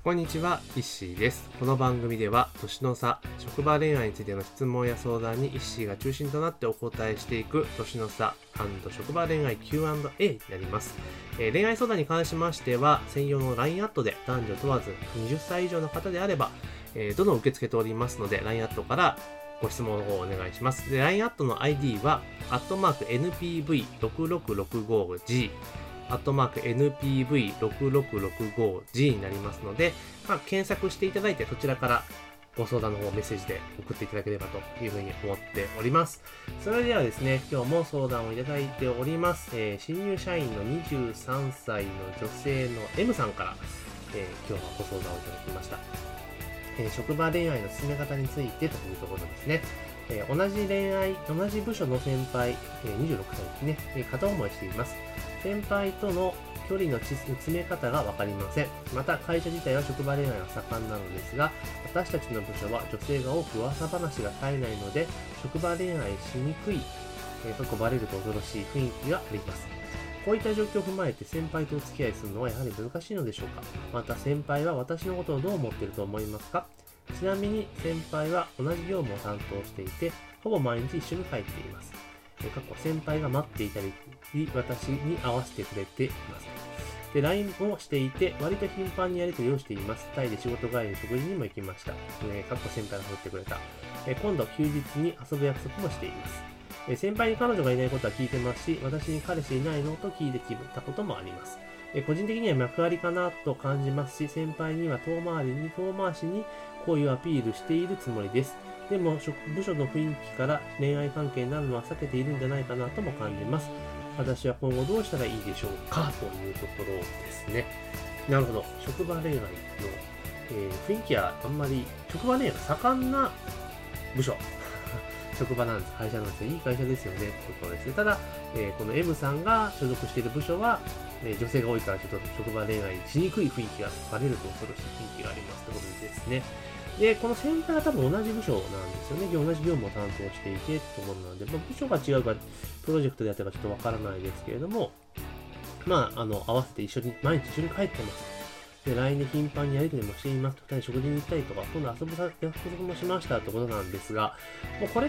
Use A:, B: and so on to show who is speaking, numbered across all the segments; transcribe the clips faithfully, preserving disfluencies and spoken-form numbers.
A: こんにちは、イッシーです。この番組では年の差、職場恋愛についての質問や相談にイッシーが中心となってお答えしていく年の差&職場恋愛 キューアンドエー になります。えー、恋愛相談に関しましては専用の ライン アットで男女問わずはたち以上の方であれば、えー、どんどん受け付けておりますので ライン アットからご質問の方をお願いします。で ライン アットの アイディー はアットマーク エヌピーブイろくろくろくごジーアットマーク エヌピーブイろくろくろくごジー になりますので、まあ、検索していただいてそちらからご相談の方をメッセージで送っていただければというふうに思っております。それではですね、今日も相談をいただいております。えー、新入社員のにじゅうさんさいの女性の M さんから、えー、今日はご相談をいただきました。えー、職場恋愛の進め方についてというところですね。えー、同じ恋愛、同じ部署の先輩、えー、にじゅうろくさいですね、えー、片思いしています。先輩との距離の詰め方がわかりません。また会社自体は職場恋愛が盛んなのですが、私たちの部署は女性が多く噂話が絶えないので、職場恋愛しにくい、えー、とこバレると恐ろしい雰囲気があります。こういった状況を踏まえて先輩とお付き合いするのはやはり難しいのでしょうか。また先輩は私のことをどう思っていると思いますか。ちなみに先輩は同じ業務を担当していて、ほぼ毎日一緒に帰っています。過去先輩が待っていたり、私に合わせてくれています。で、ライン をしていて、割と頻繁にやり取りをしています。タイで仕事帰りに食事にも行きました。えー、過去先輩が振ってくれた。えー、今度休日に遊ぶ約束もしています。えー、先輩に彼女がいないことは聞いてますし、私に彼氏いないのと聞いてきたこともあります。えー、個人的には脈ありかなと感じますし、先輩には遠回りに遠回しに好意をアピールしているつもりです。でも、部署の雰囲気から恋愛関係になるのは避けているんじゃないかなとも感じます。私は今後どうしたらいいでしょうかというところですね。なるほど。職場恋愛の、えー、雰囲気はあんまり、職場恋愛が盛んな部署。職場なんです。会社なんですよ。いい会社ですよね。ということですね。ただ、えー、この M さんが所属している部署は、えー、女性が多いからちょっと職場恋愛しにくい雰囲気がバレると恐ろしい雰囲気がありますということですね。で、この先輩は多分同じ部署なんですよね。同じ業務を担当していてってところなので、まあ、部署が違うか、プロジェクトでやってるかちょっとわからないですけれども、まあ、あの、合わせて一緒に、毎日一緒に帰ってます。で、ライン で頻繁にやり取りもしています。ふたり食事に行ったりとか、今度遊ぶ約束もしましたってことなんですが、もうこれって、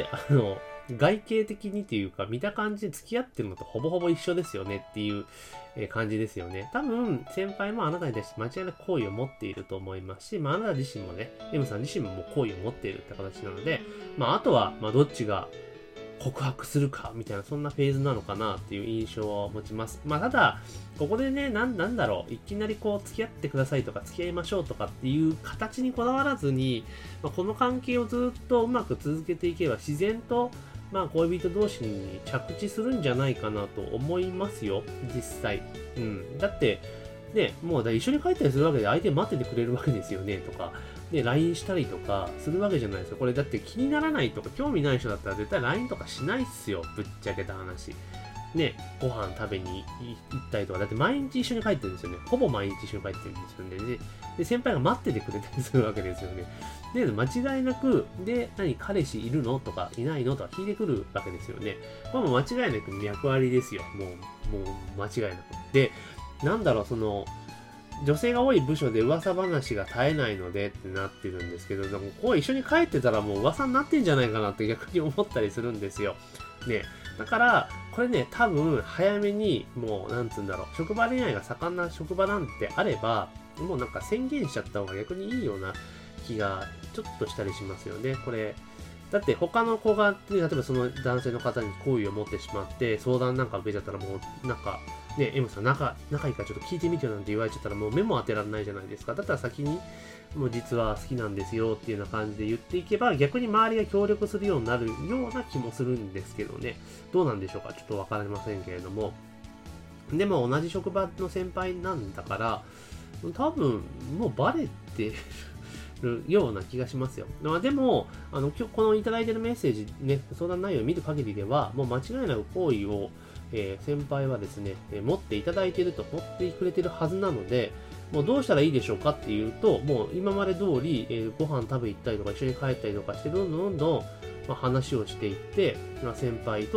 A: あの、外形的にというか見た感じで付き合ってるのとほぼほぼ一緒ですよねっていう感じですよね。多分先輩もあなたに対して間違いなく好意を持っていると思いますし、まああなた自身もね、M さん自身ももう好意を持っているって形なので、まああとはまあどっちが告白するかみたいなそんなフェーズなのかなっていう印象を持ちます。まあただここでね、な ん, なんだろういきなりこう付き合ってくださいとか付き合いましょうとかっていう形にこだわらずに、まあ、この関係をずっとうまく続けていけば自然とまあ恋人同士に着地するんじゃないかなと思いますよ、実際。うん。だって、ね、もうだ一緒に帰ったりするわけで相手待っててくれるわけですよね、とか。で、ライン したりとかするわけじゃないですよ。これだって気にならないとか興味ない人だったら絶対 ライン とかしないっすよ、ぶっちゃけた話。ね、ご飯食べに行ったりとか、だって毎日一緒に帰ってるんですよね。ほぼ毎日一緒に帰ってるんですよね。で、で先輩が待っててくれたりするわけですよね。で、間違いなく、で、何、彼氏いるのとか、いないのとか聞いてくるわけですよね。これも間違いなく脈ありですよ。もう、もう間違いなく。で、なんだろう、その、女性が多い部署で噂話が絶えないのでってなってるんですけど、でもこう一緒に帰ってたらもう噂になってんじゃないかなって逆に思ったりするんですよ。ね。だから、これね、多分、早めに、もう、なんつうんだろう、職場恋愛が盛んな職場なんてあれば、もうなんか宣言しちゃった方が逆にいいような気が、ちょっとしたりしますよね、これ。だって他の子が、例えばその男性の方に好意を持ってしまって、相談なんか受けちゃったらもう、なんか、ね、M さん仲、仲いいからちょっと聞いてみてよなんて言われちゃったらもう目も当てられないじゃないですか。だったら先に、もう実は好きなんですよっていうような感じで言っていけば、逆に周りが協力するようになるような気もするんですけどね。どうなんでしょうかちょっとわかりませんけれども。でも同じ職場の先輩なんだから、多分もうバレてるような気がしますよ。まあ、でも、あの、今日このいただいてるメッセージね、相談内容を見る限りでは、もう間違いなく好意を、えー、先輩はですね、えー、持っていただいていると持ってくれてるはずなので、もうどうしたらいいでしょうかっていうと、もう今まで通り、えー、ご飯食べ行ったりとか一緒に帰ったりとかして、どんどんどんどん、まあ、話をしていって、まあ、先輩と、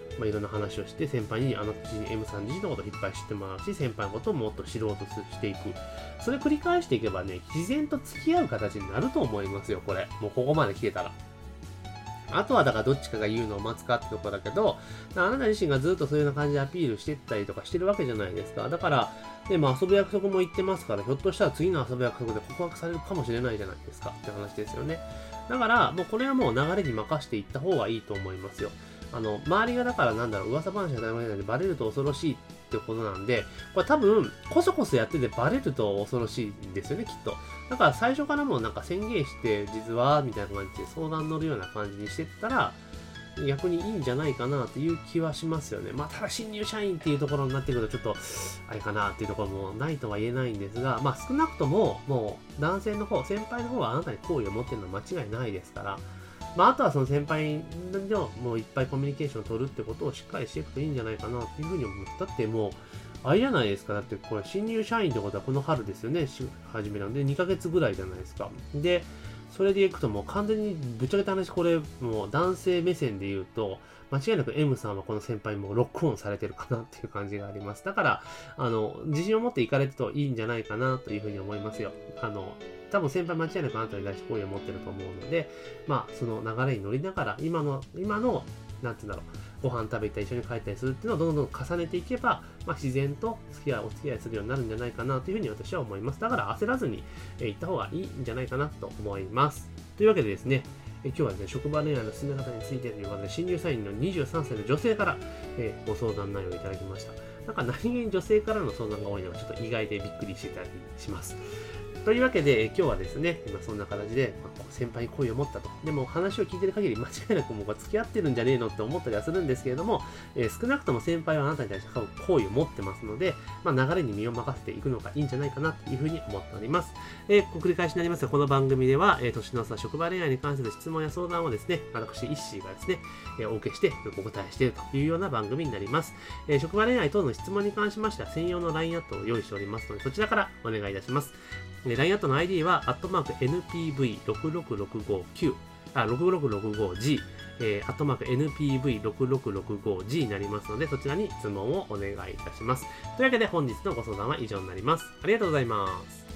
A: まあ、いろんな話をして、先輩にあの M さん自身のことをいっぱい知ってもらうし、先輩のことをもっと知ろうとしていく。それ繰り返していけばね、自然と付き合う形になると思いますよ、これ。もうここまで来てたら。あとはだからどっちかが言うのを待つかってところだけど、あなた自身がずっとそういうような感じでアピールしてったりとかしてるわけじゃないですか。だから、で、まあ遊ぶ約束も言ってますから、ひょっとしたら次の遊ぶ約束で告白されるかもしれないじゃないですかって話ですよね。だから、もうこれはもう流れに任せていった方がいいと思いますよ。あの、周りがだからなんだろう、噂話が当たり前なんでバレると恐ろしいってことなんで、これ多分、こそこそやっててバレると恐ろしいんですよね、きっと。だから最初からもうなんか宣言して、実は、みたいな感じで相談乗るような感じにしてったら、逆にいいんじゃないかなっていう気はしますよね。まあ、ただ新入社員っていうところになってくると、ちょっと、あれかなっていうところもないとは言えないんですが、まあ、少なくとも、もう、男性の方、先輩の方はあなたに好意を持ってるのは間違いないですから、まあ、あとはその先輩のもういっぱいコミュニケーションを取るってことをしっかりしていくといいんじゃないかなっていうふうに思う。だってもう、あれじゃないですか。だってこれ新入社員ってことはこの春ですよね。始めたのでにかげつぐらいじゃないですか。で、それでいくともう完全にぶっちゃけた話、これもう男性目線で言うと、間違いなく M さんはこの先輩もロックオンされてるかなっていう感じがあります。だから、あの、自信を持っていかれるといいんじゃないかなというふうに思いますよ。あの、多分先輩間違いなくあなたに対して好意を持ってると思うので、まあ、その流れに乗りながら、今の、今の、なんて言うんだろう、ご飯食べたり一緒に帰ったりするっていうのをどんどん重ねていけば、まあ、自然と付き合い、お付き合いするようになるんじゃないかなというふうに私は思います。だから焦らずに、えー、行った方がいいんじゃないかなと思います。というわけでですね、え今日はですね、職場恋愛の進め方についてということで、新入社員のにじゅうさんさいの女性から、えー、ご相談内容をいただきました。なんか何気に女性からの相談が多いのがちょっと意外でびっくりしてたりします。というわけで、今日はですね、今そんな形で、まあ、先輩に好意を持ったと。でも話を聞いてる限り間違いなくもう付き合ってるんじゃねえのって思ったりはするんですけれども、えー、少なくとも先輩はあなたに対して好意を持ってますので、まあ、流れに身を任せていくのがいいんじゃないかなというふうに思っております。えー、繰り返しになりますが、この番組では、えー、年の差職場恋愛に関する質問や相談をですね、私、イッシーがですね、えー、お受けしてお答えしているというような番組になります。えー、職場恋愛等の質問に関しましては、専用の ライン アットを用意しておりますので、そちらからお願いいたします。ライン アットの アイディー は、アットマーク エヌピーブイろくろくろくごきゅう、あ、ろくろくろくごジー、えー、アットマーク エヌピーブイろくろくろくごジー になりますので、そちらに質問をお願いいたします。というわけで本日のご相談は以上になります。ありがとうございます。